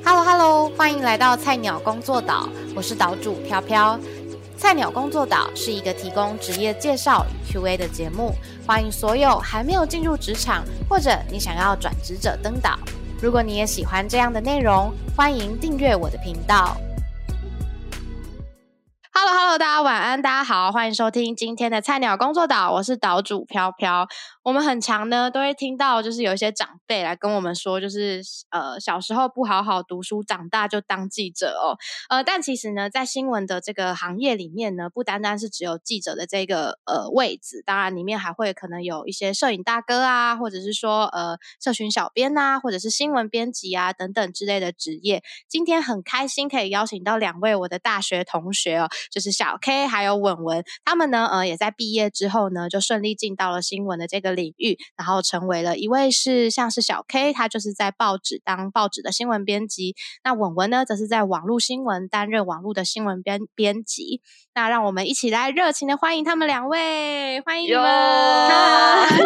Hello， 欢迎来到菜鸟工作岛，我是岛主飘飘。菜鸟工作岛是一个提供职业介绍与 QA 的节目，欢迎所有还没有进入职场或者你想要转职者登岛。如果你也喜欢这样的内容，欢迎订阅我的频道。Hello， 大家晚安，大家好，欢迎收听今天的菜鸟工作岛，我是岛主飘飘。我们很常呢都会听到，就是有一些长辈来跟我们说，就是小时候不好好读书，长大就当记者哦。但其实呢，在新闻的这个行业里面呢，不单单是只有记者的这个位置，当然里面还会可能有一些摄影大哥啊，或者是说社群小编啊，或者是新闻编辑啊等等之类的职业。今天很开心可以邀请到两位我的大学同学哦，就是小 K 还有文文，他们呢也在毕业之后呢就顺利进到了新闻的这个领域，然后成为了一位是像是小 K， 他就是在报纸当报纸的新闻编辑，那文文呢则是在网络新闻担任网络的新闻编辑。那让我们一起来热情的欢迎他们两位，欢迎你们。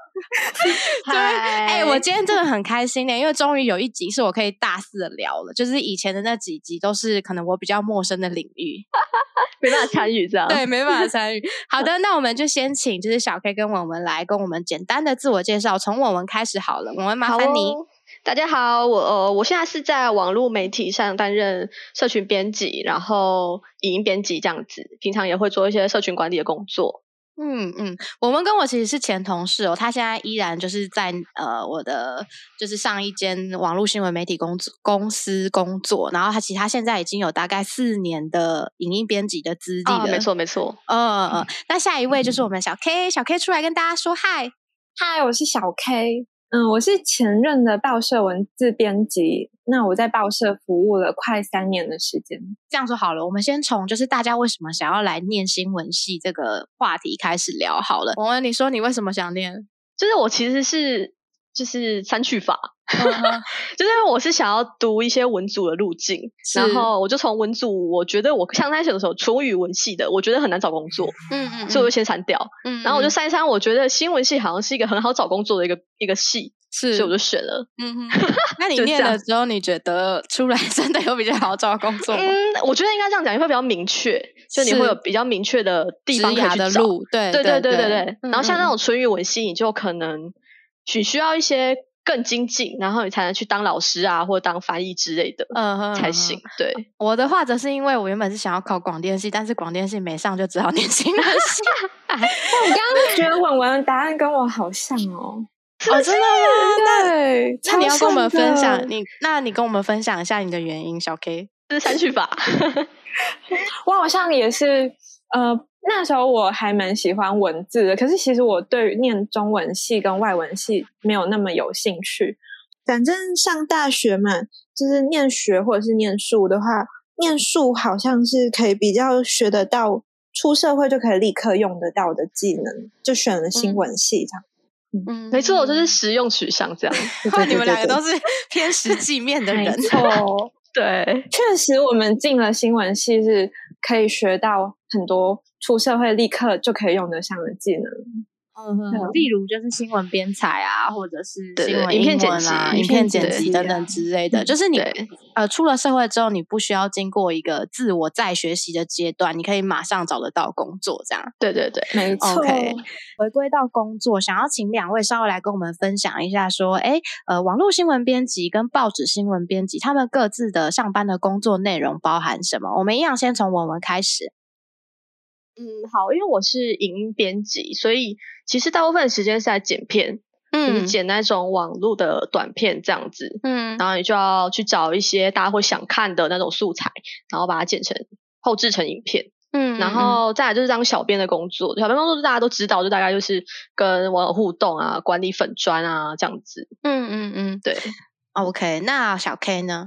对，我今天真的很开心因为终于有一集是我可以大肆的聊了，就是以前的那几集都是可能我比较陌生的领域没办法参与这样。 对，没办法参与。好的，那我们就先请就是小 K 跟文文来跟我们简单的自我介绍，从文文开始好了。文文，麻烦你。 大家好，我现在是在网络媒体上担任社群编辑，然后影音编辑这样子，平常也会做一些社群管理的工作。 文文跟我其实是前同事哦，他现在依然就是在我的就是上一间网络新闻媒体公司工作，然后他现在已经有大概4年的影音编辑的资历了。 没错。 那下一位就是我们小 K， 小 K 出来跟大家说嗨。 嗨，我是小 K。我是前任的报社文字编辑，那我在报社服务了快3年的时间。 这样说好了，我们先从就是大家为什么想要来念新闻系这个话题开始聊好了。文文，你说你为什么想念？ 就是我其实是就是删去法就是我是想要读一些文组的路径，然后我就从文组，我觉得我像开始的时候纯语文系的，我觉得很难找工作，所以我就先删掉，然后我就删一删，我觉得新闻系好像是一个很好找工作的一个系，所以我就选了。 那你念了之后，你觉得出来真的有比较好找工作吗？ 我觉得应该这样讲，你会比较明确，就你会有比较明确的地方可以去找。对。然后像那种纯语文系，你就可能需要一些更精进，然后你才能去当老师啊，或者当翻译之类的才行。对， 我的话则是因为我原本是想要考广电系，但是广电系没上，就只好念新闻系。 我刚刚觉得文文的答案跟我好像哦。 真的吗？ 对， 那你要跟我们分享你跟我们分享一下你的原因，小 K。 是删去法。 我好像也是那时候我还蛮喜欢文字的，可是其实我对于念中文系跟外文系没有那么有兴趣。反正上大学嘛，就是念学或者是念术的话，念术好像是可以比较学得到，出社会就可以立刻用得到的技能，就选了新闻系这样。 没错，我就是实用取向这样。 你们两个都是偏实际面的人。 没错。 对， 确实我们进了新闻系是可以学到很多出社会立刻就可以用得上的技能。 例如就是新闻编采啊，或者是新闻影片剪辑、影片剪辑等等之类的。就是你出了社会之后，你不需要经过一个自我再学习的阶段，你可以马上找得到工作这样。 对， 没错。 OK， 回归到工作，想要请两位稍微来跟我们分享一下说网络新闻编辑跟报纸新闻编辑他们各自的上班的工作内容包含什么。我们一样先从文文开始。 好，因为我是影音编辑，所以其实大部分时间是在剪片，就是剪那种网络的短片这样子，然后你就要去找一些大家会想看的那种素材，然后把它后制成影片，然后再来就是当小编的工作，小编工作大家都知道，就大概就是跟网友互动啊，管理粉专啊这样子，对。 OK， 那小 K 呢？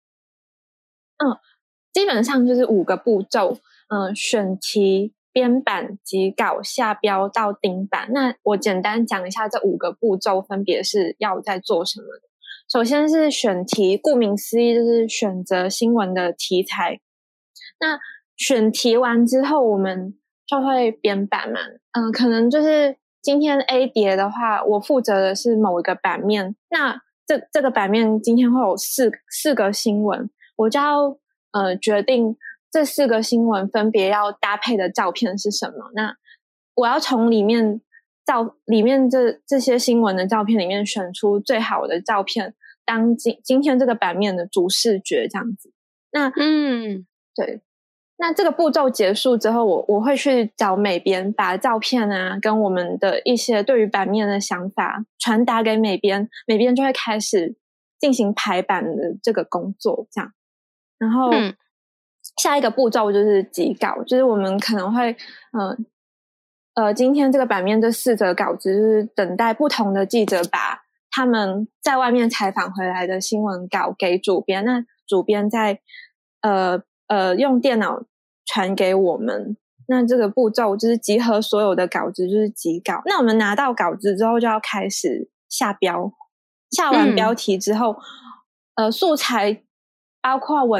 基本上就是5个步骤，选题、编版、辑稿、下标到顶版。那我简单讲一下这5个步骤分别是要在做什么的。首先是选题，顾名思义就是选择新闻的题材。那选题完之后，我们就会编版嘛。可能就是今天 A 碟的话，我负责的是某一个版面，那这个版面今天会有四个新闻，我就要决定这4个新闻分别要搭配的照片是什么。那我要从里面这些新闻的照片里面选出最好的照片，当今天这个版面的主视觉这样子。那对，那这个步骤结束之后，我会去找美编，把照片啊跟我们的一些对于版面的想法传达给美编，美编就会开始进行排版的这个工作这样。然后下一个步骤就是辑稿，就是我们可能会今天这个版面这4则稿子就是等待不同的记者把他们在外面采访回来的新闻稿给主编，那主编再用电脑传给我们。那这个步骤就是集合所有的稿子，就是辑稿。那我们拿到稿子之后就要开始下标，下完标题之后素材包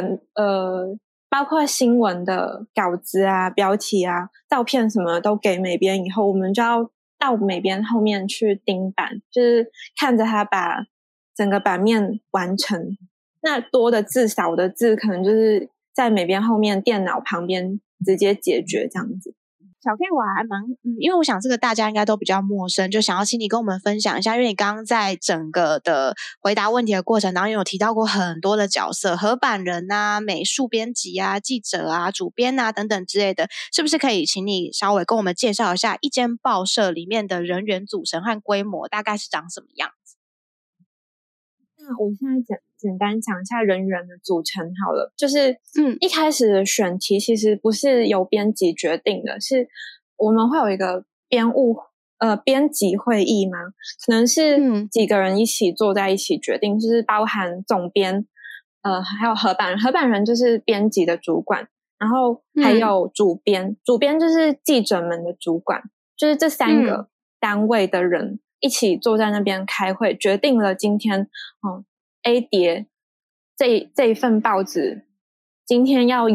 括新闻的稿子啊、标题啊、照片什么都给美编以后，我们就要到美编后面去盯版，就是看着他把整个版面完成。那多的字少的字可能就是在美编后面电脑旁边直接解决这样子。 小 K 我还蛮因为我想这个大家应该都比较陌生，就想要请你跟我们分享一下，因为你刚刚在整个的回答问题的过程当中有提到过很多的角色，合版人啊、美术编辑啊、记者啊、主编啊等等之类的，是不是可以请你稍微跟我们介绍一下一间报社里面的人员组成和规模大概是长什么样子？ 那我现在简单讲一下人员的组成好了，就是一开始的选题其实不是由编辑决定的，是我们会有一个编辑会议嘛，可能是几个人一起坐在一起决定，就是包含总编还有合版人，合版人就是编辑的主管，然后还有主编，主编就是记者们的主管，就是这3个单位的人一起坐在那边开会，决定了今天A 叠这一份报纸今天要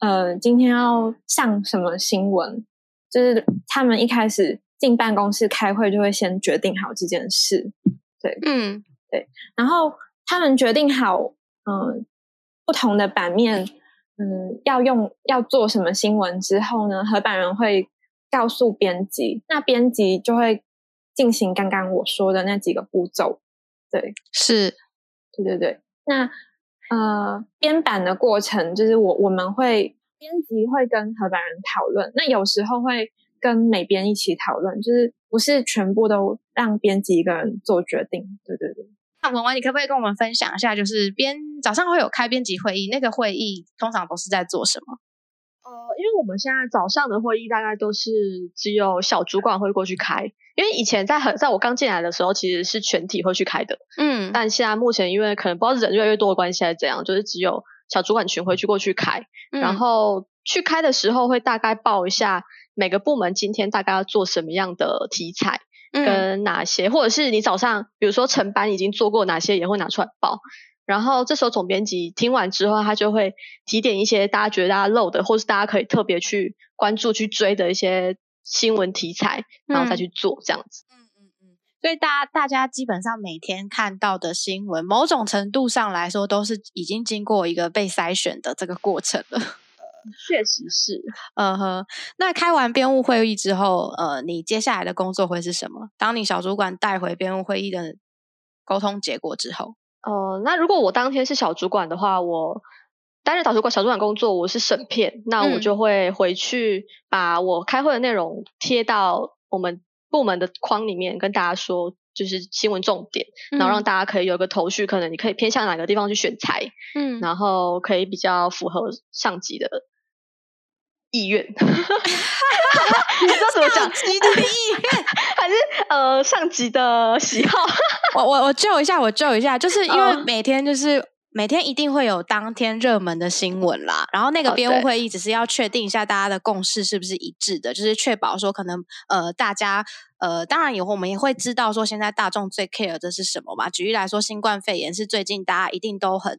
上什么新闻，就是他们一开始进办公室开会就会先决定好这件事。对，对，然后他们决定好不同的版面要做什么新闻之后呢，合版人会告诉编辑，那编辑就会进行刚刚我说的那几个步骤。对， 是， 对。那编版的过程就是我们会编辑会跟合版人讨论，那有时候会跟美编一起讨论，就是不是全部都让编辑一个人做决定。对。 那文文，你可不可以跟我们分享一下，就是早上会有开编辑会议，那个会议通常都是在做什么？ 因为我们现在早上的会议大概都是只有小主管会过去开，因为以前在我刚进来的时候其实是全体会去开的，但现在目前因为可能不知道人越来越多的关系还是怎样，就是只有小主管群会去过去开，然后去开的时候会大概报一下每个部门今天大概要做什么样的题材，跟哪些，或者是你早上比如说成班已经做过哪些也会拿出来报。然后这时候总编辑听完之后，他就会提点一些大家觉得大家漏的，或是大家可以特别去关注去追的一些新闻题材，然后再去做这样子。 所以大家基本上每天看到的新闻，某种程度上来说都是已经经过一个被筛选的这个过程了。 确实是。 那开完编务会议之后，你接下来的工作会是什么？当你小主管带回编务会议的沟通结果之后。 那如果我当天是小主管的话，我担任小主管工作，我是审片，那我就会回去把我开会的内容贴到我们部门的框里面，跟大家说就是新闻重点，然后让大家可以有个头绪，可能你可以偏向哪个地方去选材，然后可以比较符合上级的意愿。你知道怎么讲？ 上级的意愿还是上级的喜好？ 我救一下，就是因为每天一定会有当天热门的新闻啦，然后那个编务会议只是要确定一下大家的共识是不是一致的，就是确保说可能大家当然我们也会知道说现在大众最 care 的是什么嘛。举例来说，新冠肺炎是最近大家一定都很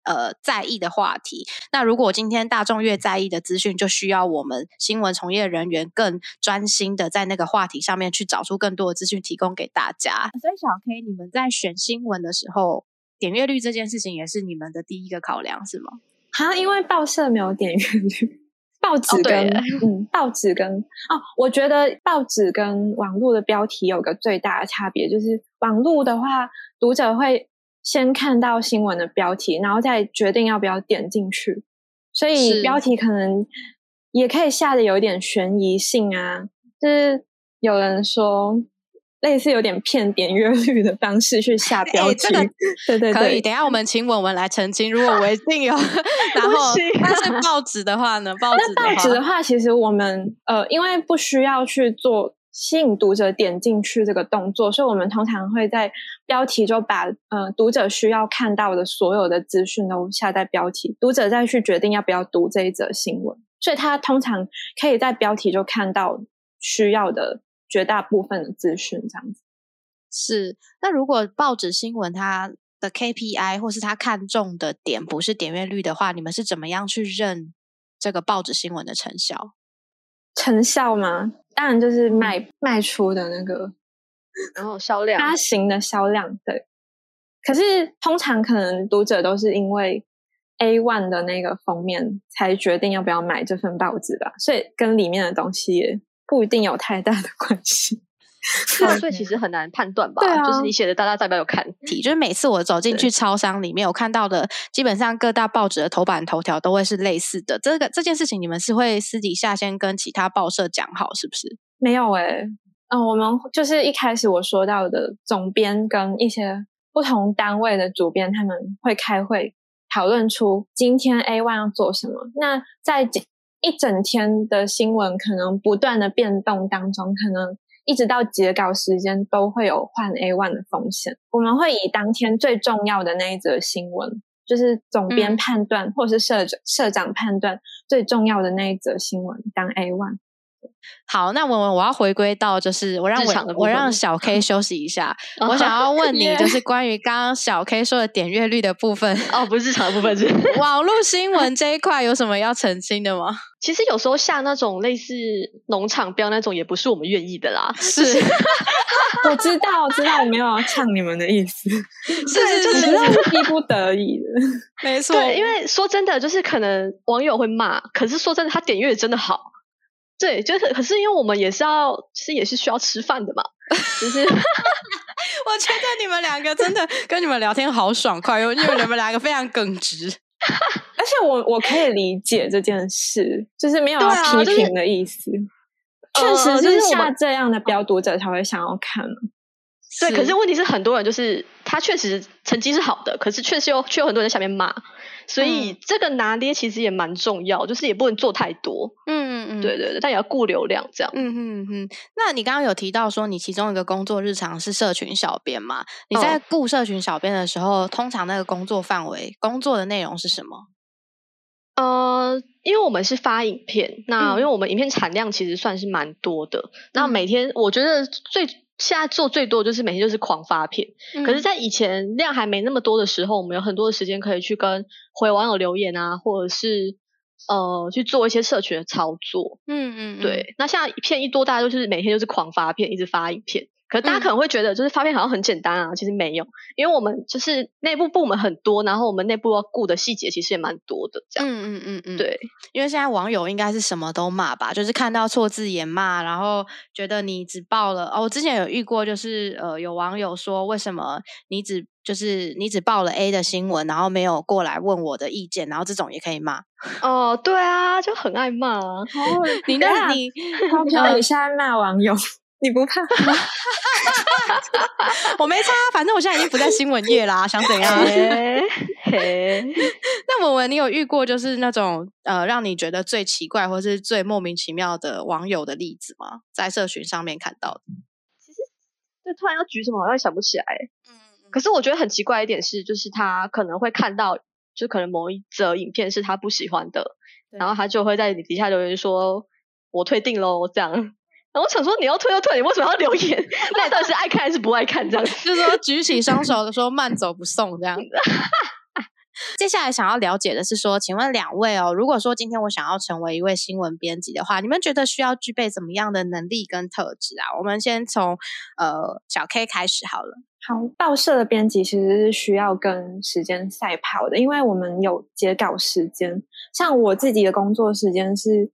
在意的话题。那如果今天大众越在意的资讯，就需要我们新闻从业人员更专心的在那个话题上面去找出更多的资讯提供给大家。所以小 K 你们在选新闻的时候，点阅率这件事情也是你们的第一个考量是吗？ 因为报社没有点阅率，报纸跟报纸跟我觉得报纸跟网络的标题有个最大的差别，就是网络的话读者会先看到新闻的标题，然后再决定要不要点进去，所以标题可能也可以下的有点悬疑性啊，就是有人说类似有点骗点阅率的方式去下标题，对对对， 可以。等一下我们请文文来澄清，如果我一定有然后但是报纸的话呢？报纸的话，其实我们因为不需要去做吸引读者点进去这个动作，所以我们通常会在标题就把读者需要看到的所有的资讯都下在标题，读者再去决定要不要读这一则新闻，所以他通常可以在标题就看到需要的绝大部分的资讯这样子。 是，那如果报纸新闻它的 KPI 或是它看重的点不是点阅率的话，你们是怎么样去认这个报纸新闻的成效？ 成效吗？当然就是卖出的那个然后销量， 发行的销量，对。可是通常可能读者都是因为 A1 的那个封面才决定要不要买这份报纸吧，所以跟里面的东西也不一定有太大的关系。 所以其实很难判断吧，就是你写的大家代表有看题，就是每次我走进去超商里面我看到的基本上各大报纸的头版头条都会是类似的，这件事情你们是会私底下先跟其他报社讲好是不是？ 没有我们就是一开始我说到的总编跟一些不同单位的主编他们会开会讨论出今天 A1 要做什么，那在一整天的新闻可能不断的变动当中，可能一直到截稿时间都会有换 A1 的风险，我们会以当天最重要的那一则新闻，就是总编判断或是社长判断最重要的那一则新闻当 A1。 好，那文文我要回归到就是我让小 K 休息一下我想要问你就是关于刚刚小 K 说的点阅率的部分不是日常的部分是网络新闻这一块有什么要澄清的吗？ 其实有时候下那种类似农场标那种也不是我们愿意的啦， 是我知道我没有要呛你们的意思是就是逼不得已的没错， 对，因为说真的就是可能网友会骂，可是说真的他点阅真的好，对，就是可是因为我们也是也是需要吃饭的嘛，就是我觉得你们两个真的跟你们聊天好爽快，因为你们两个非常耿直而且我可以理解这件事，就是没有要批评的意思，确实就是下这样的标读者才会想要看对，可是问题是很多人就是他确实成绩是好的，可是却有很多人在下面骂，所以这个拿捏其实也蛮重要，就是也不能做太多。对对对，但也要顾流量这样。 那你刚刚有提到说你其中一个工作日常是社群小编嘛？你在顾社群小编的时候，通常那个工作范围、工作的内容是什么？ 因为我们是发影片，那因为我们影片产量其实算是蛮多的，那每天我觉得现在做最多就是每天就是狂发片，可是在以前量还没那么多的时候，我们有很多的时间可以去回网友留言啊，或者是去做一些社群的操作。对，那像片一多，大家就是每天就是狂发片，一直发影片。可是大家可能会觉得就是发片好像很简单啊，其实没有，因为我们就是内部部门很多，然后我们内部要顾的细节其实也蛮多的这样。对， 因为现在网友应该是什么都骂吧，就是看到错字也骂，然后觉得你只报了我之前有遇过，就是有网友说为什么你只报了 A 的新闻，然后没有过来问我的意见，然后这种也可以骂。 对啊，就很爱骂啊。 你现在骂网友你不怕我没差，反正我现在已经不在新闻业啦想怎样那文文你有遇过就是那种让你觉得最奇怪或是最莫名其妙的网友的例子吗？在社群上面看到的。 其实就突然要举什么好像想不起来可是我觉得很奇怪一点是，就是他可能会看到就可能某一则影片是他不喜欢的，然后他就会在底下留言说我退订咯这样。然后我想说你要退就退，你为什么要留言？那你到底是爱看还是不爱看这样？ 就是说举起双手的说慢走不送这样子接下来想要了解的是说，请问两位哦，如果说今天我想要成为一位新闻编辑的话，你们觉得需要具备怎么样的能力跟特质啊？我们先从小 K 开始好了。 好，报社的编辑其实是需要跟时间赛跑的，因为我们有截稿时间。像我自己的工作时间是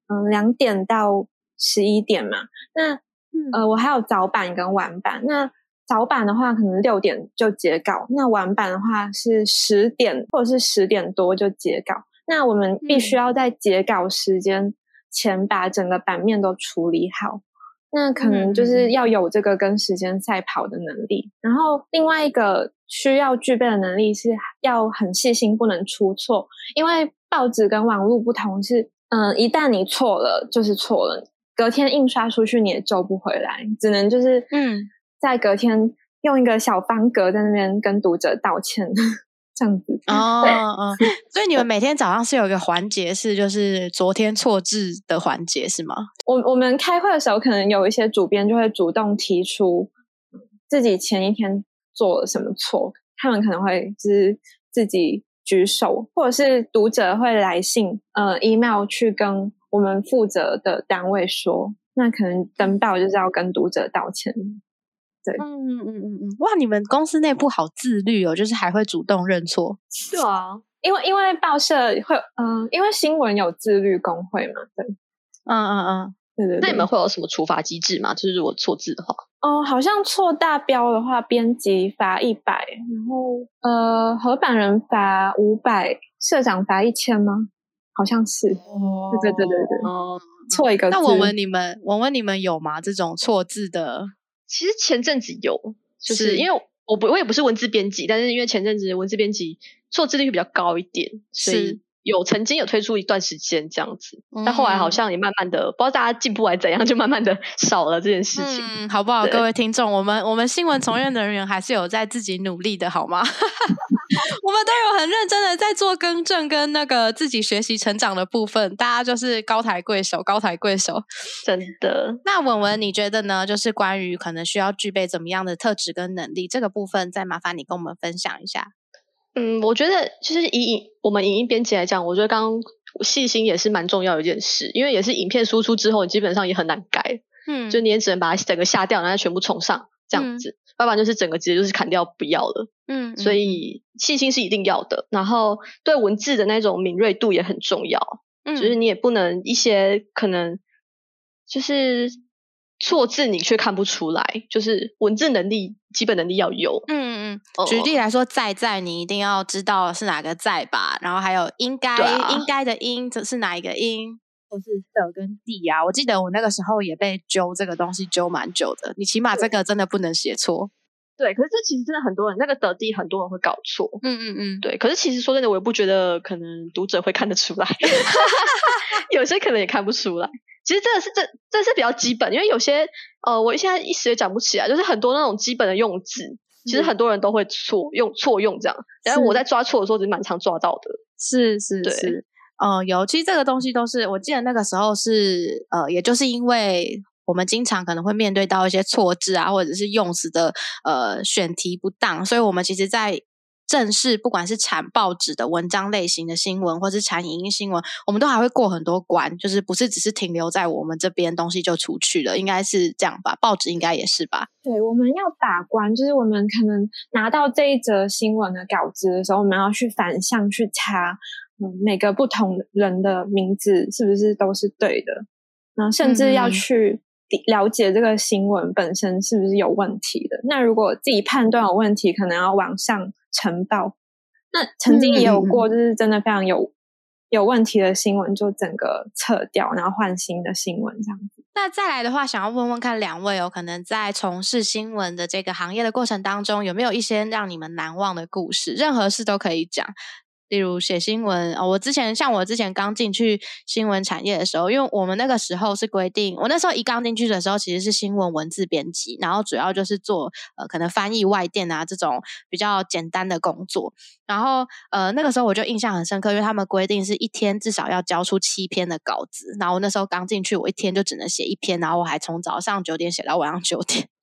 2点到11点嘛，那我还有早版跟晚版。那早版的话可能6点就截稿，那晚版的话是10点或者是10点多就截稿。那我们必须要在截稿时间前把整个版面都处理好，那可能就是要有这个跟时间赛跑的能力。然后另外一个需要具备的能力是要很细心，不能出错，因为报纸跟网络不同是一旦你错了就是错了，隔天印刷出去你也救不回来，只能就是在隔天用一个小方格在那边跟读者道歉这样子。 所以你们每天早上是有一个环节是就是昨天错字的环节是吗？ 我们开会的时候可能有一些主编就会主动提出自己前一天做了什么错，他们可能会就是自己举手，或者是读者会来信email 去跟我们负责的单位说，那可能登报就是要跟读者道歉。对， 哇，你们公司内部好自律哦，就是还会主动认错。 对啊， 因为报社会因为新闻有自律工会嘛，对，对。 那你们会有什么处罚机制吗？就是如果错字的话？ 好像错大标的话，编辑罚100，然后合版人罚500，社长罚1000吗？好像是。对。错一个字。 那我问你们有吗？这种错字的？ 其实前阵子有，就是因为我也不是文字编辑，但是因为前阵子文字编辑错字率比较高一点，所以曾经有推出一段时间这样子，但后来好像也慢慢的不知道大家进步还怎样，就慢慢的少了这件事情。 好不好？各位听众，我们新闻从业人员还是有在自己努力的好吗？我们都有很认真的在做更正跟那个自己学习成长的部分，大家就是高抬贵手， 真的。 那文文你觉得呢？就是关于可能需要具备怎么样的特质跟能力这个部分，再麻烦你跟我们分享一下。 我觉得就是以我们影音编辑来讲，我觉得刚刚细心也是蛮重要的一件事，因为也是影片输出之后，你基本上也很难改，就你也只能把它整个下掉，然后全部重上这样子，要不然就是整个直接就是砍掉不要了。所以细心是一定要的，然后对文字的那种敏锐度也很重要，就是你也不能一些可能就是错字你却看不出来，就是文字能力基本能力要有。 举例来说，在你一定要知道是哪个在吧，然后还有应该的应是哪一个音，或是的跟地啊。我记得我那个时候也被揪这个东西揪蛮久的，你起码这个真的不能写错。 对，可是这其实真的很多人那个的地很多人会搞错。对，可是其实说真的，我也不觉得可能读者会看得出来，有些可能也看不出来。其实这是比较基本，因为有些我现在一时也讲不起来，就是很多那种基本的用字，其实很多人都会错用这样，然后我在抓错的时候，是蛮常抓到的。 是。有，其实这个东西都是，我记得那个时候是也就是因为我们经常可能会面对到一些错字啊，或者是用词的选题不当，所以我们其实在正式不管是产报纸的文章类型的新闻，或是产影音新闻，我们都还会过很多关，就是不是只是停留在我们这边东西就出去了，应该是这样吧？报纸应该也是吧？ 对，我们要把关，就是我们可能拿到这一则新闻的稿子的时候，我们要去反向去查每个不同人的名字是不是都是对的，然后甚至要去了解这个新闻本身是不是有问题的。那如果自己判断有问题，可能要往上呈报。那曾经也有过就是真的非常有问题的新闻就整个撤掉，然后换新的新闻这样子。 那再来的话，想要问问看两位可能在从事新闻的这个行业的过程当中，有没有一些让你们难忘的故事？任何事都可以讲。例如写新闻我之前刚进去新闻产业的时候，因为我们那个时候是规定，我那时候一刚进去的时候其实是新闻文字编辑，然后主要就是做可能翻译外电啊这种比较简单的工作。然后那个时候我就印象很深刻，因为他们规定是一天至少要交出7篇的稿子，然后我那时候刚进去，我一天就只能写1篇，然后我还从早上9点写到晚上9点。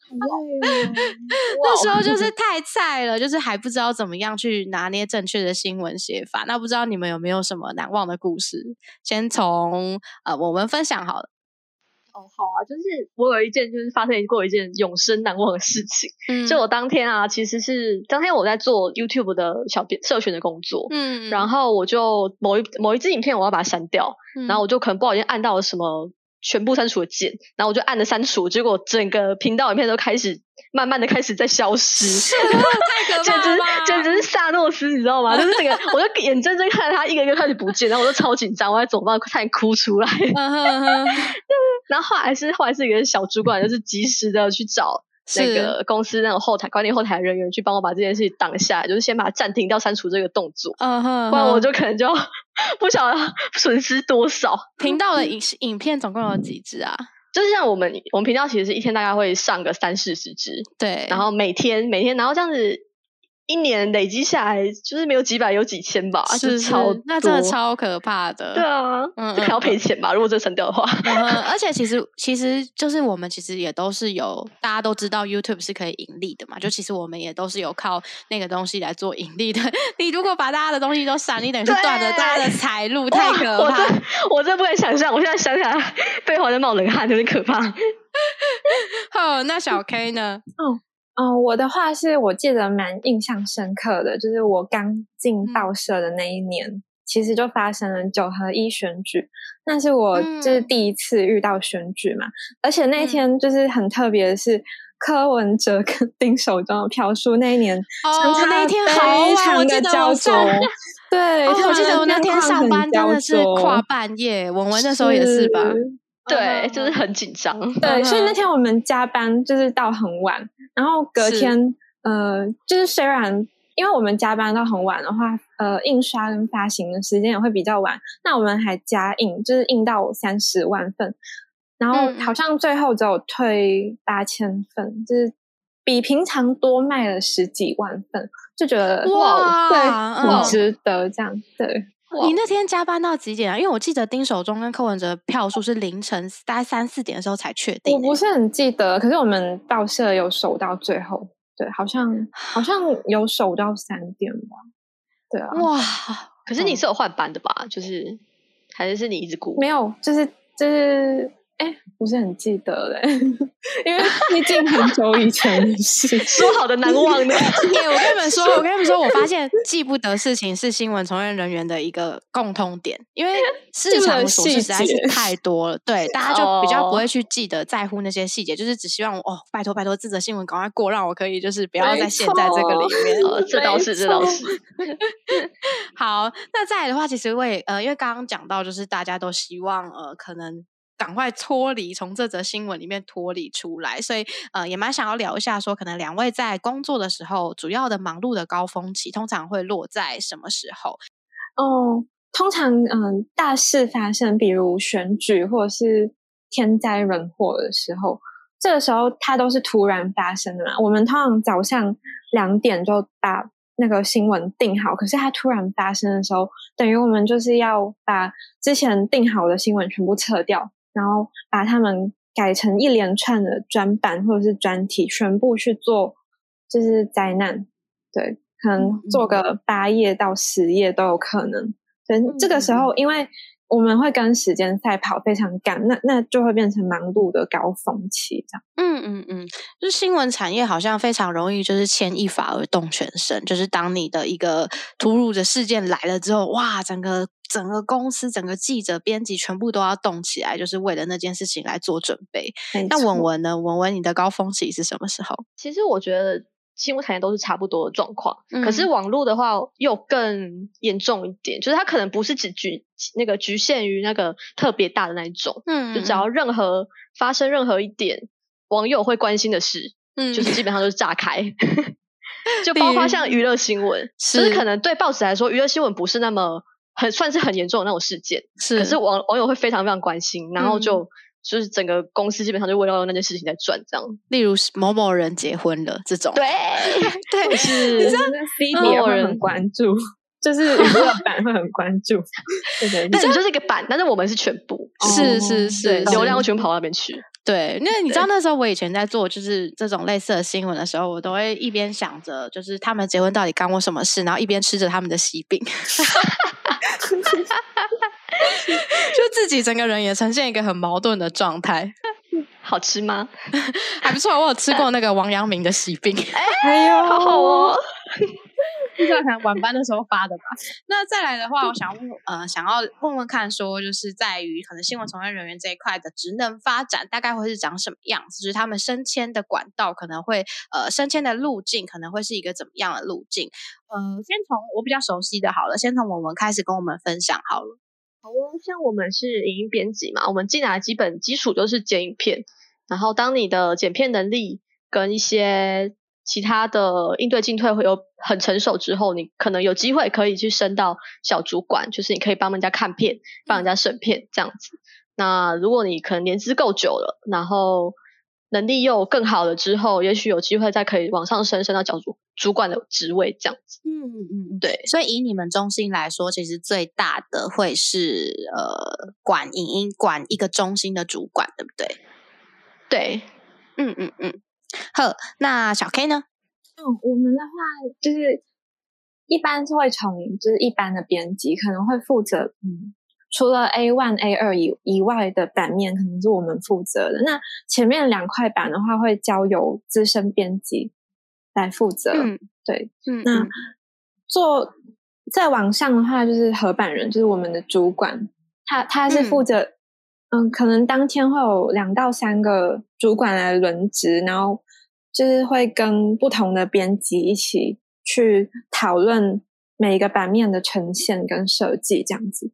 那时候就是太菜了，就是还不知道怎么样去拿捏正确的新闻写法。那不知道你们有没有什么难忘的故事？先从我们分享好了。 好啊，就是我有一件就是发生过一件永生难忘的事情。就我当天啊，其实是当天我在做 YouTube 的小编社群的工作，然后我就某一支影片我要把它删掉，然后我就可能不小心按到了什么全部删除的键，然后我就按了删除，结果整个频道影片都开始慢慢的开始在消失， 太可怕了， 简直是萨诺斯，你知道吗？就是这个，我就眼睁睁看着他一个一个开始不见，然后我就超紧张，我在走道差点哭出来。然后后来是一个小主管，就是及时的去找那个公司那种管理后台人员去帮我把这件事情挡下来，就是先把它暂停掉删除这个动作，不然我就可能就不晓得损失多少。 频道的影片总共有几支啊？ 就是像我们频道其实是一天大概会上个30-40支， 对， 然后每天，然后这样子一年累积下来，就是没有几百有几千吧， 是超多， 那真的超可怕的。 对啊，这可能要赔钱吧，如果这删掉的话。 而且其实就是我们其实也都是有，大家都知道 YouTube 是可以盈利的嘛，就其实我们也都是有靠那个东西来做盈利的。你如果把大家的东西都删，你等于是断了大家的财路，太可怕。 我真不敢想象，我现在想起来背后在冒冷汗，有点可怕。 好，那小 K 呢？ 我的话是我记得蛮印象深刻的，就是我刚进报社的那一年，其实就发生了9合1选举，那是我就是第一次遇到选举嘛，而且那一天就是很特别的是，柯文哲跟丁守中的票数那一年那天非常的焦灼。对， 我记得我那天上班真的是跨半夜，文那时候也是吧？ 对，就是很紧张。 对，所以那天我们加班就是到很晚，然后隔天就是虽然因为我们加班到很晚的话，印刷跟发行的时间也会比较晚，那我们还加印，就是印到30万份，然后好像最后只有退8000份，就是比平常多卖了10几万份，就觉得哇， 对，很值得这样。对， 你那天加班到几点啊？因为我记得丁守中跟柯文哲的票数是凌晨大概3-4点的时候才确定。 我不是很记得，可是我们报社有守到最后，对，好像有守到3点吧。对啊， 哇！ 可是你是有换班的吧？就是还是你一直顾？ 没有，就是不是很记得嘞，因为毕竟很久以前的事， 说好的难忘呢。 我跟你们说，我发现记不得事情是新闻从业人员的一个共通点，因为日常琐事实在是太多了，对，大家就比较不会去记得在乎那些细节，就是只希望拜托这则新闻赶快过，让我可以就是不要再陷在这个里面。 这倒是。 好，那再来的话，其实我也因为刚刚讲到，就是大家都希望可能赶快从这则新闻里面脱离出来，所以也蛮想要聊一下说，可能两位在工作的时候，主要的忙碌的高峰期通常会落在什么时候？ 通常大事发生，比如选举或者是天灾人祸的时候，这个时候它都是突然发生的嘛。我们通常早上2点就把那个新闻定好，可是它突然发生的时候，等于我们就是要把之前定好的新闻全部撤掉，然后把它们改成一连串的专版或者是专题，全部去做，就是灾难。对，可能做个8页到10页都有可能。所以这个时候，因为我们会跟时间赛跑，非常赶，那就会变成忙碌的高峰期这样。 就是新闻产业好像非常容易就是牵一发而动全身，就是当你的一个突如的事件来了之后，哇，整个公司、整个记者、编辑全部都要动起来，就是为了那件事情来做准备。那文呢？文你的高峰期是什么时候？ 其实我觉得新闻产业都是差不多的状况，可是网络的话又更严重一点，就是它可能不是只局限于那个特别大的那一种，就只要发生任何一点网友会关心的事，就是基本上就是炸开。就包括像娱乐新闻，就是可能对报纸来说，娱乐新闻不是那么算是很严重的那种事件，可是网友会非常非常关心，然后就是整个公司基本上就围绕那件事情在转，这样。 例如某某人结婚了这种， 对，是你知道 CD 会很关注，就是娱乐版会很关注。对， 但你就是一个版，但是我们是全部， 是， 流量全部跑到那边去。 对，因为你知道那时候我以前在做就是这种类似的新闻的时候，我都会一边想着就是他们结婚到底干我什么事，然后一边吃着他们的喜饼。就自己整个人也呈现一个很矛盾的状态。 好吃吗？ 还不错，我有吃过那个王阳明的喜饼。 哎呦， 好好哦。 这可能晚班的时候发的吧。那再来的话，我想要问问看说，就是在于可能新闻从业人员这一块的职能发展大概会是长什么样子，就是他们升迁的管道可能会升迁的路径可能会是一个怎么样的路径。先从我比较熟悉的好了，先从我们开始跟我们分享好了。 好哦，像我们是影音编辑嘛，我们进来基本基础就是剪影片，然后当你的剪片能力跟一些其他的应对进退会有很成熟之后，你可能有机会可以去升到小主管，就是你可以帮人家看片，帮人家审片这样子。那如果你可能年资够久了，然后能力又更好了之后，也许有机会再可以往上升到小主管的职位这样子。对。 所以以你们中心来说，其实最大的会是管影音管一个中心的主管，对不对？ 对。 好，那小 K 呢？ 我们的话就是一般是会从就是一般的编辑可能会负责除了 A1、A2 以外的版面可能是我们负责的，那前面2块版的话会交由资深编辑来负责。对。那做再往上的话就是合版人，就是我们的主管，他是负责可能当天会有2到3个主管来轮值，然后就是会跟不同的编辑一起去讨论每一个版面的呈现跟设计这样子。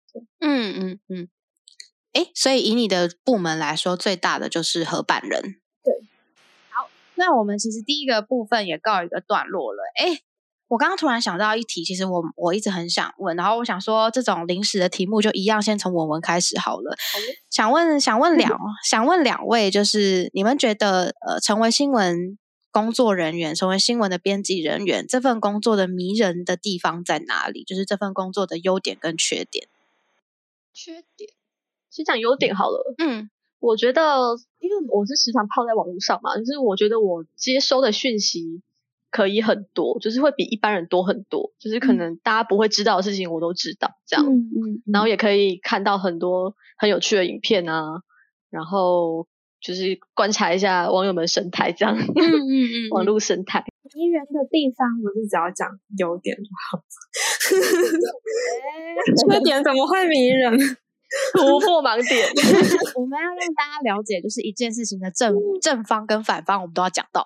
所以以你的部门来说，最大的就是合版人。 对。 好，那我们其实第一个部分也告一个段落了。我刚刚突然想到一题，其实我一直很想问，然后我想说这种临时的题目就一样先从文开始好了。想问两位，就是你们觉得成为新闻工作人员，成为新闻的编辑人员，这份工作的迷人的地方在哪里？就是这份工作的优点跟缺点。 先讲优点好了。我觉得因为我是时常泡在网络上嘛，就是我觉得我接收的讯息可以很多，就是会比一般人多很多，就是可能大家不会知道的事情我都知道这样。然后也可以看到很多很有趣的影片啊，然后就是观察一下网友们生态这样。网络生态迷人的地方我是只要讲优点就好。缺点怎么会迷人？ 突破盲点。 我们要让大家了解，就是一件事情的正方跟反方我们都要讲到。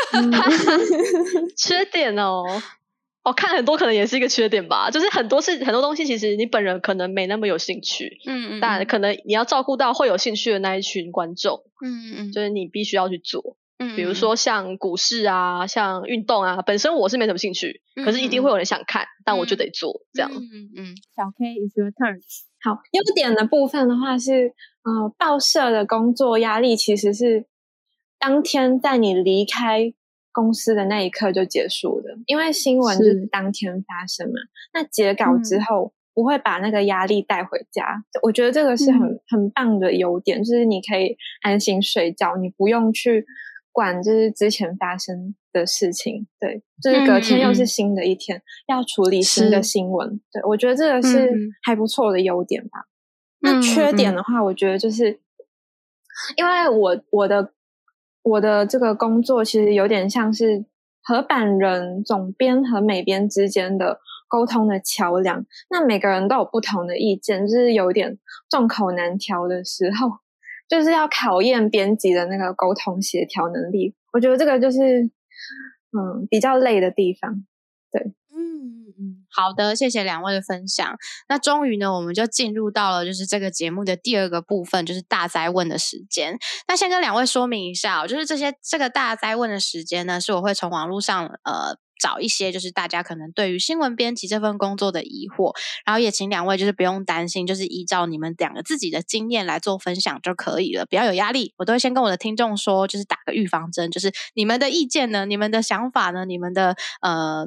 缺点我看很多可能也是一个缺点吧，就是很多东西其实你本人可能没那么有兴趣。但可能你要照顾到会有兴趣的那一群观众。就是你必须要去做。比如说像股市啊，像运动啊，本身我是没什么兴趣，可是一定会有人想看，但我就得做这样。 小 K is your turn。好，优点的部分的话是报社的工作压力其实是当天在你离开公司的那一刻就结束的，因为新闻就是当天发生嘛。那截稿之后不会把那个压力带回家，我觉得这个是很棒的优点，就是你可以安心睡觉，你不用去管就是之前发生的事情。对，就是隔天又是新的一天，要处理新的新闻。对，我觉得这个是还不错的优点吧。那缺点的话，我觉得就是因为我的这个工作其实有点像是合版人、总编和美编之间的沟通的桥梁，那每个人都有不同的意见，就是有点众口难调的时候，就是要考验编辑的那个沟通协调能力。我觉得这个就是比较累的地方。对。 好的，谢谢两位的分享。那终于呢，我们就进入到了就是这个节目的第二个部分，就是大哉问的时间。那先跟两位说明一下就是这个大哉问的时间呢，是我会从网络上找一些就是大家可能对于新闻编辑这份工作的疑惑，然后也请两位就是不用担心，就是依照你们两个自己的经验来做分享就可以了，不要有压力。我都会先跟我的听众说，就是打个预防针，就是你们的意见呢，你们的想法呢，你们的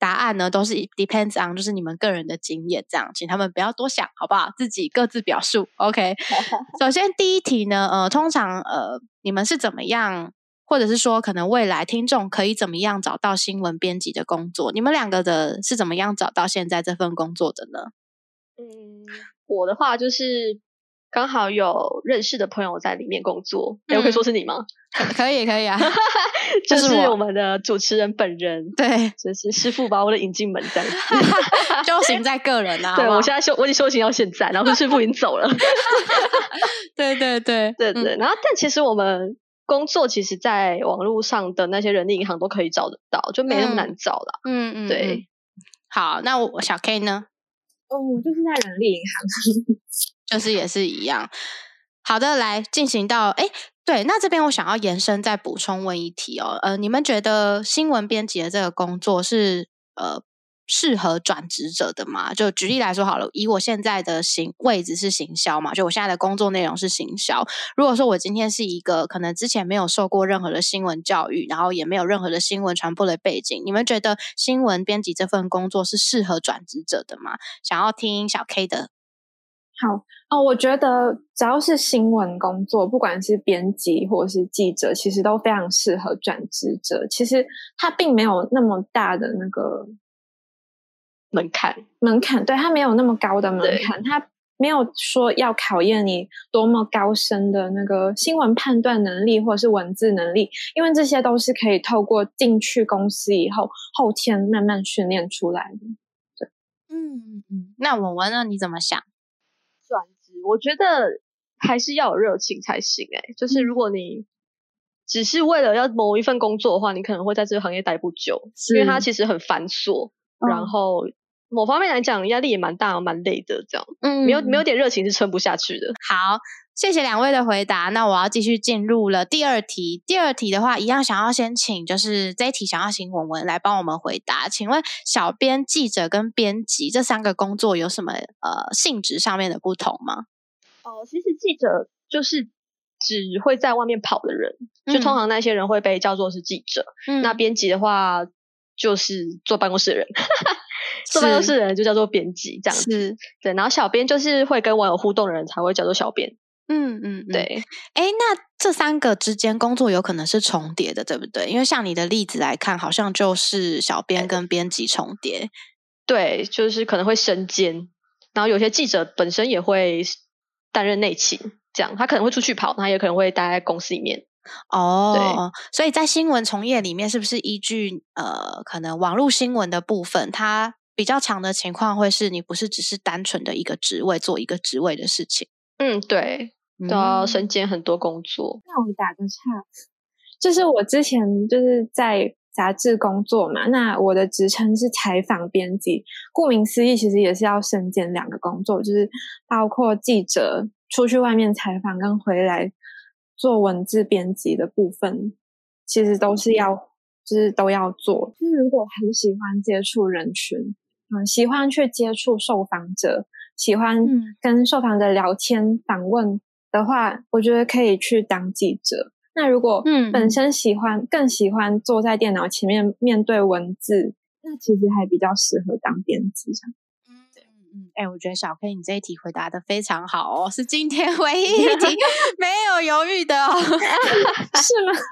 答案呢都是 depends on 就是你们个人的经验，这样请他们不要多想好不好，自己各自表述。 OK 首先第一题呢通常你们是怎么样，或者是说可能未来听众可以怎么样找到新闻编辑的工作，你们两个的是怎么样找到现在这份工作的呢？ 我的话就是刚好有认识的朋友在里面工作。我可以说是你吗？ 可以啊就是我们的主持人本人。 对， 就是师父把我的引进门这样子修行在个人啊。 对，我现在我已经修行到现在，然后师父已经走了对， 然后但其实我们工作其实在网络上的那些人力银行都可以找得到，就没那么难找啦。对。 好，那我小 K 呢？ 我就是在人力银行就是也是一样。好的，来进行到对，那这边我想要延伸再补充问一题你们觉得新闻编辑的这个工作是适合转职者的吗？就举例来说好了，以我现在的位置是行销嘛，就我现在的工作内容是行销。如果说我今天是一个可能之前没有受过任何的新闻教育，然后也没有任何的新闻传播的背景，你们觉得新闻编辑这份工作是适合转职者的吗？想要听小 K 的。 好我觉得只要是新闻工作，不管是编辑或者是记者，其实都非常适合转职者。其实它并没有那么大的那个门槛， 对，它没有那么高的门槛，它没有说要考验你多么高深的那个新闻判断能力或者是文字能力，因为这些都是可以透过进去公司以后后天慢慢训练出来的。对， 那文文呢？你怎么想？ 转职我觉得还是要有热情才行就是如果你只是为了要某一份工作的话，你可能会在这个行业待不久，因为它其实很繁琐，然后某方面来讲压力也蛮大蛮累的，这样没有点热情是撑不下去的。 好，谢谢两位的回答。那我要继续进入了第二题。第二题的话一样想要先请就是这一题想要请文文来帮我们回答。请问小编、记者跟编辑这三个工作有什么性质上面的不同吗？ 其实记者就是只会在外面跑的人，就通常那些人会被叫做是记者。那编辑的话就是坐办公室的人坐办公室的人就叫做编辑，这样子。对，然后小编就是会跟网友互动的人才会叫做小编。对。 那这三个之间工作有可能是重叠的，对不对？因为像你的例子来看，好像就是小编跟编辑重叠。 对，就是可能会身兼，然后有些记者本身也会担任内勤，这样他可能会出去跑，他也可能会待在公司里面。 对，所以在新闻从业里面，是不是依据可能网络新闻的部分，它比较长的情况会是你不是只是单纯的一个职位做一个职位的事情？ 对，都要身兼很多工作。 那我打个岔，就是我之前就是在杂志工作嘛，那我的职称是采访编辑，顾名思义其实也是要身兼两个工作，就是包括记者出去外面采访跟回来做文字编辑的部分，其实都是要就是都要做。就是如果很喜欢接触人群，喜欢去接触受访者，喜欢跟受访者聊天访问的话，我觉得可以去当记者。那如果本身更喜欢坐在电脑前面面对文字，那其实还比较适合当编辑这样。 我觉得小 K 你这一题回答的非常好是今天唯一一题没有犹豫的是吗？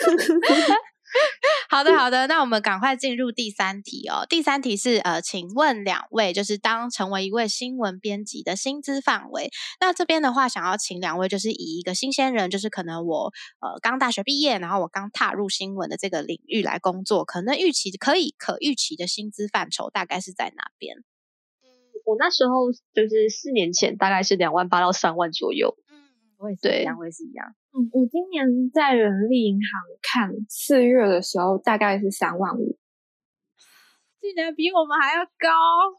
好的，那我们赶快进入第三题第三题是请问两位就是当成为一位新闻编辑的薪资范围。那这边的话想要请两位就是以一个新鲜人，就是可能我刚大学毕业，然后我刚踏入新闻的这个领域来工作，可能可预期的薪资范畴大概是在哪边？ 我那时候就是4年前大概是2万8到3万左右。 我也是一样，我也是一样。 我今年在人力银行看4月的时候大概是3万5， 竟然比我们还要高，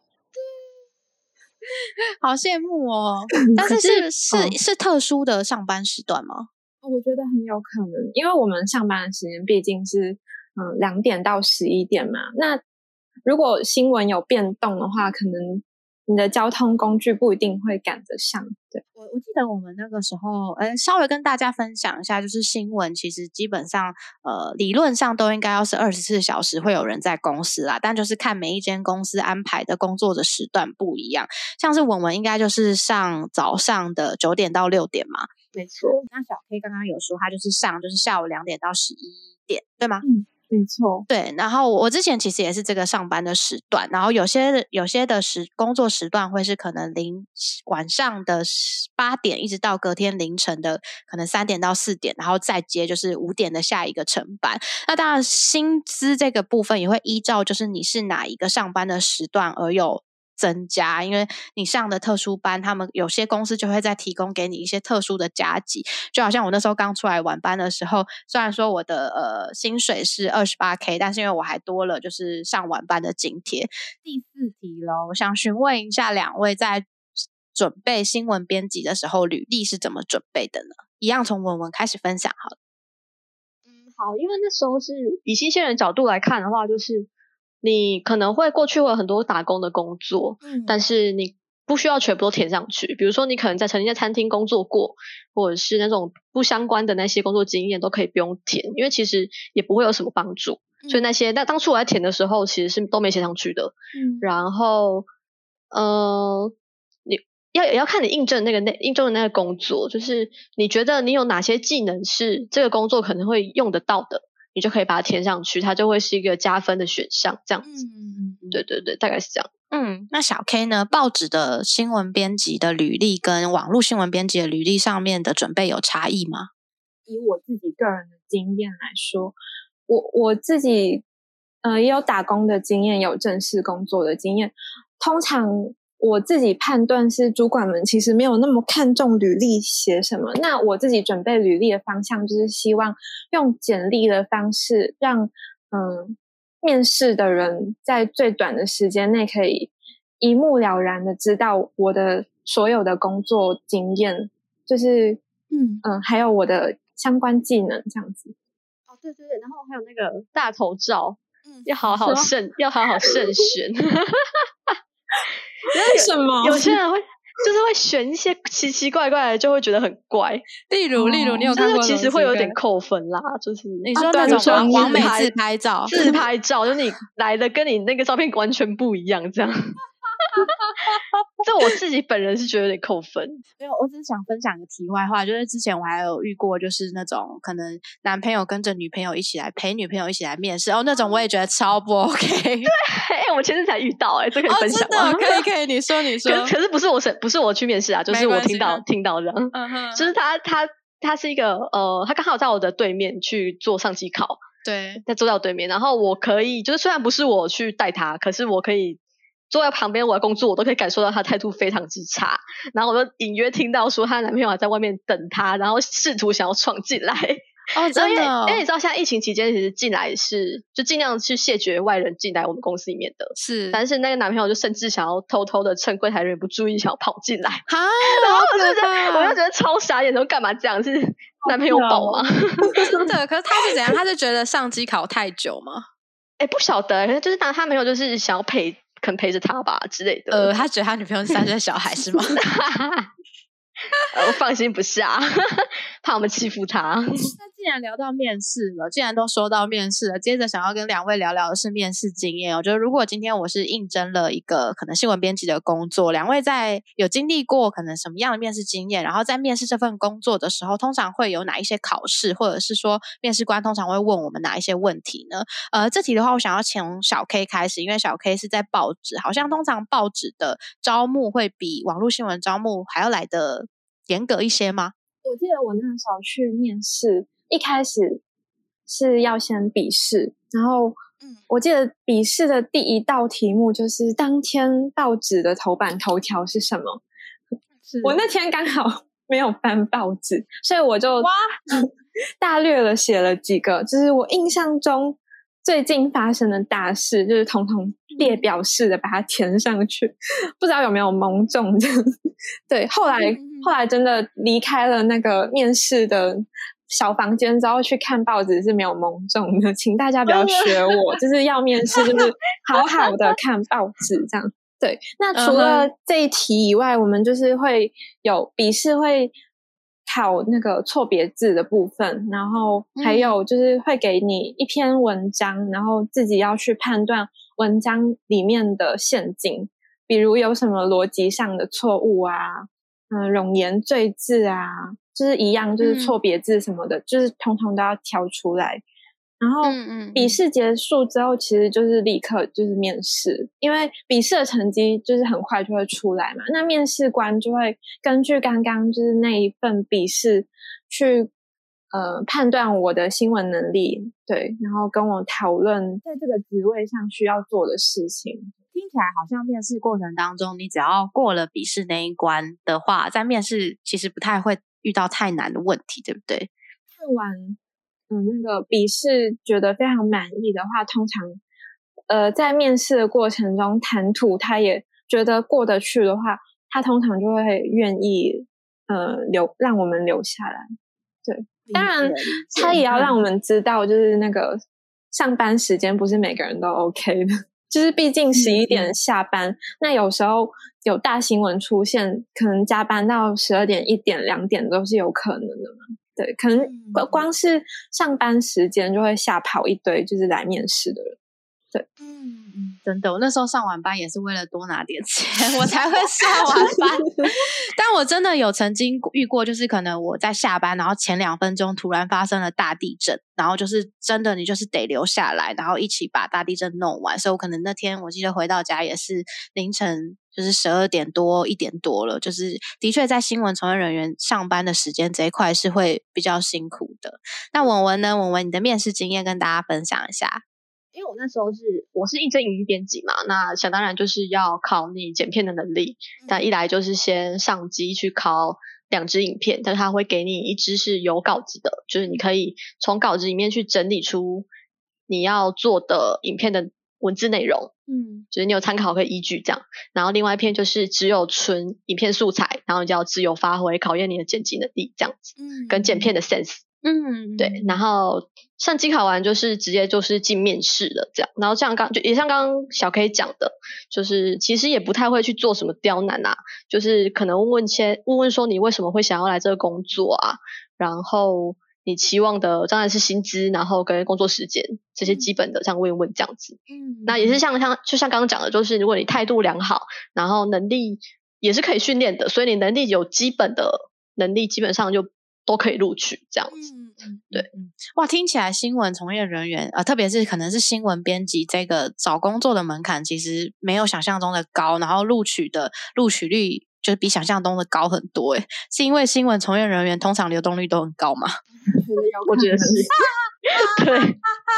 好羡慕哦！但是是特殊的上班时段吗？ 我觉得很有可能，因为我们上班的时间毕竟是2点到11点嘛。那如果新闻有变动的话，可能你的交通工具不一定会赶得上。对， 我记得我们那个时候稍微跟大家分享一下，就是新闻其实基本上理论上都应该要是24小时会有人在公司啦，但就是看每一间公司安排的工作的时段不一样，像是文应该就是上早上的9点到6点嘛。 没错。 那小 K 刚刚有说他就是上就是下午2点到11点，对吗？ 没错。 对，然后我之前其实也是这个上班的时段，然后有些的工作时段会是可能晚上的8点一直到隔天凌晨的可能3点到4点，然后再接就是5点的下一个晨班。那当然薪资这个部分也会依照就是你是哪一个上班的时段而有增加，因为你上的特殊班，他们有些公司就会再提供给你一些特殊的加给，就好像我那时候刚出来晚班的时候，虽然说我的薪水是28K， 但是因为我还多了就是上晚班的津贴。第4题咯，我想询问一下两位在准备新闻编辑的时候，履历是怎么准备的呢？一样从文开始分享好了。 好，因为那时候是以新鲜人角度来看的话，就是你可能会过去会有很多打工的工作，但是你不需要全部都填上去。比如说你可能曾经在餐厅工作过，或者是那种不相关的那些工作经验都可以不用填，因为其实也不会有什么帮助。所以那些当初我在填的时候其实是都没写上去的。然后你也要看你应征的那个工作，就是你觉得你有哪些技能是这个工作可能会用得到的，你就可以把它填上去，它就会是一个加分的选项，这样子。对对对，大概是这样。 那小 K 呢？报纸的新闻编辑的履历跟网络新闻编辑的履历上面的准备有差异吗？ 以我自己个人的经验来说，我自己也有打工的经验，有正式工作的经验。通常我自己判断是主管们其实没有那么看重履历写什么，那我自己准备履历的方向就是希望用简历的方式让面试的人在最短的时间内可以一目了然的知道我的所有的工作经验，就是还有我的相关技能这样子。 哦，对对对，然后还有那个大头照，要好好慎选。 为什么？ 有些人会选一些奇奇怪怪的，就会觉得很怪。 例如你有看过？ 其实会有点扣分啦，就是你说那种完美自拍照， 就是你来的跟你那个照片完全不一样，这样。这我自己本人是觉得有点扣分。 没有，我只是想分享个题外话，就是之前我还有遇过，就是那种可能男朋友跟着女朋友一起来陪女朋友一起来面试，那种我也觉得超不 OK。对， 我前阵才遇到，这可以分享吗？ 真的可以，你说。 可是不是我去面试啊，就是我听到这样，就是他是一个他刚好在我的对面去做上机考， 对， 在坐在我对面，然后我可以就是虽然不是我去带他，可是我可以坐在旁边，我的工作我都可以感受到他态度非常之差，然后我就隐约听到说他男朋友还在外面等他，然后试图想要闯进来。 真的因为你知道现在疫情期间其实进来是就尽量去谢绝外人进来我们公司里面的， 是， 但是那个男朋友就甚至想要偷偷的趁柜台人员不注意想要跑进来， 然后我就觉得超傻眼，说干嘛这样，是男朋友宝吗？ 真的。可是他是怎样？他是觉得上机考太久吗？ 不晓得，可是就是他男朋友就是想要可能陪着他吧之类的。 他觉得他女朋友是3岁小孩是吗？ 我放心不下，怕我们欺负他。 那既然聊到面试了，既然都说到面试了，接着想要跟两位聊聊的是面试经验。我觉得如果今天我是应征了一个可能新闻编辑的工作，两位有经历过可能什么样的面试经验，然后在面试这份工作的时候，通常会有哪一些考试，或者是说面试官通常会问我们哪一些问题呢？这题的话我想要从小 K 开始，因为小 K 是在报纸，好像通常报纸的招募会比网络新闻招募还要来的严格一些吗？ 我记得我那时候去面试，一开始是要先笔试，然后我记得笔试的第一道题目就是当天报纸的头版头条是什么。我那天刚好没有翻报纸，所以我就大略了写了几个，就是我印象中最近发生的大事，就是统统列表式的把它填上去，不知道有没有蒙中这样。对，后来真的离开了那个面试的小房间之后去看报纸是没有蒙中的，请大家不要学我，就是要面试就是好好的看报纸这样。 对，那除了这一题以外，我们就是会有笔试会考那个错别字的部分，然后还有就是会给你一篇文章，然后自己要去判断文章里面的陷阱，比如有什么逻辑上的错误啊，冗言赘字啊，就是一样，就是错别字什么的，就是通通都要挑出来。然后笔试结束之后，其实就是立刻就是面试，因为笔试的成绩就是很快就会出来嘛。那面试官就会根据刚刚就是那一份笔试去判断我的新闻能力，对，然后跟我讨论在这个职位上需要做的事情。 听起来好像面试过程当中，你只要过了笔试那一关的话，在面试其实不太会遇到太难的问题，对不对？ 看完那个笔试觉得非常满意的话，通常在面试的过程中谈吐他也觉得过得去的话，他通常就会愿意让我们留下来。对，当然他也要让我们知道，就是那个上班时间不是每个人都 OK 的，就是毕竟11点下班，那有时候有大新闻出现，可能加班到12点、1点、2点都是有可能的嘛。对，可能光是上班时间就会吓跑一堆就是来面试的人。对， 真的，我那时候上晚班也是为了多拿点钱，我才会上晚班。但我真的有曾经遇过，就是可能我在下班，然后前2分钟突然发生了大地震，然后就是真的你就是得留下来，然后一起把大地震弄完。所以我可能那天我记得回到家也是凌晨，就是12点多1点多了，就是的确在新闻从业人员上班的时间这一块是会比较辛苦的。那文文呢？文文你的面试经验跟大家分享一下。 因为我那时候我是应征影音编辑嘛，那想当然就是要考你剪片的能力。但一来就是先上机去考2支影片，但是他会给你一支是有稿子的，就是你可以从稿子里面去整理出你要做的影片的文字内容，就是你有参考可以依据这样。然后另外一篇就是只有纯影片素材，然后你就要自由发挥，考验你的剪辑能力这样子，跟剪片的 sense。对，然后上机考完就是直接就是进面试了这样。然后像刚刚小 K 讲的，就是其实也不太会去做什么刁难啊，就是可能问问说你为什么会想要来这个工作啊，然后你期望的当然是薪资，然后跟工作时间这些基本的这样问一问这样子。那也是就像刚刚讲的，就是如果你态度良好，然后能力也是可以训练的，所以你能力有基本的能力，基本上就都可以录取这样子。对， 哇，听起来新闻从业人员特别是可能是新闻编辑这个找工作的门槛其实没有想象中的高，然后录取率就比想象中的高很多。是因为新闻从业人员通常流动率都很高吗？ 我觉得是。对。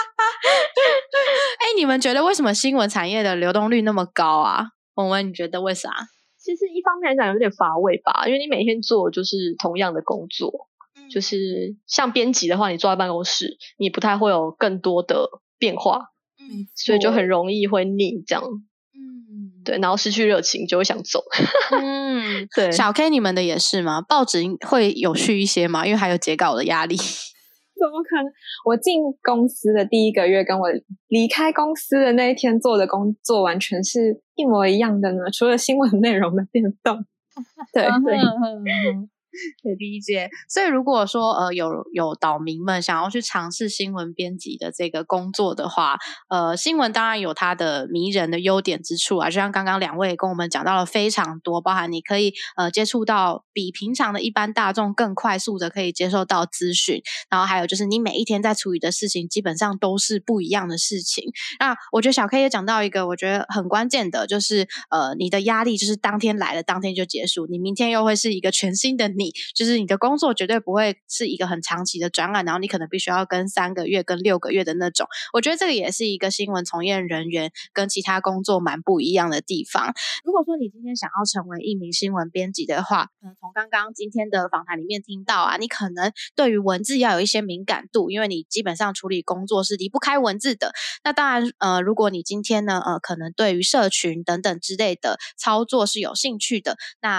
你们觉得为什么新闻产业的流动率那么高啊？文文你觉得为啥？ 其实一方面来讲有点乏味吧，因为你每天做就是同样的工作，就是像编辑的话，你坐在办公室，你不太会有更多的变化，所以就很容易会腻这样。对，然后失去热情就会想走。对。 小 K 你们的也是吗？报纸会有趣一些吗？因为还有截稿的压力。 怎么可能？我进公司的第1个月跟我离开公司的那一天做的工作完全是一模一样的呢，除了新闻内容的变动。对对。 可以理解。所以如果说有岛民们想要去尝试新闻编辑的这个工作的话，新闻当然有它的迷人的优点之处啊，就像刚刚2位跟我们讲到了非常多，包含你可以接触到比平常的一般大众更快速的可以接受到资讯，然后还有就是你每一天在处理的事情基本上都是不一样的事情。那我觉得小 K 也讲到一个我觉得很关键的，就是你的压力就是当天来了当天就结束，你明天又会是一个全新的你，就是你的工作绝对不会是一个很长期的专案，然后你可能必须要跟3个月跟6个月的那种。我觉得这个也是一个新闻从业人员跟其他工作蛮不一样的地方。如果说你今天想要成为一名新闻编辑的话，从刚刚今天的访谈里面听到啊，你可能对于文字要有一些敏感度，因为你基本上处理工作是离不开文字的。那当然如果你今天呢可能对于社群等等之类的操作是有兴趣的，那同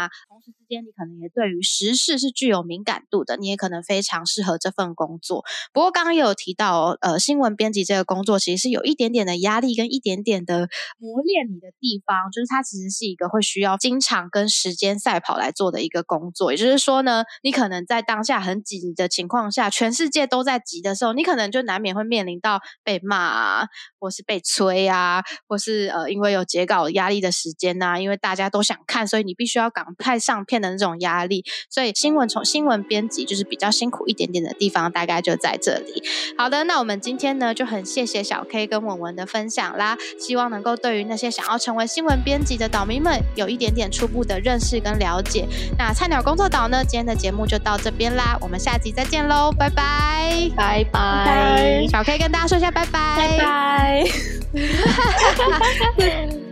时之间你可能也对于时事是具有敏感度的，你也可能非常适合这份工作。不过刚刚也有提到新闻编辑这个工作其实是有一点点的压力跟一点点的磨练你的地方，就是它其实是一个会需要经常跟时间赛跑来做的一个工作。也就是说呢，你可能在当下很急的情况下，全世界都在急的时候，你可能就难免会面临到被骂啊，或是被催啊，或是因为有截稿压力的时间啊，因为大家都想看，所以你必须要赶快上片的那种压力。所以新闻编辑就是比较辛苦一点点的地方大概就在这里。好的，那我们今天呢就很谢谢小 K 跟文文的分享啦，希望能够对于那些想要成为新闻编辑的岛民们有一点点初步的认识跟了解。那菜鸟工作岛呢，今天的节目就到这边啦，我们下集再见咯，拜拜拜拜。 小 K 跟大家说一下拜拜拜拜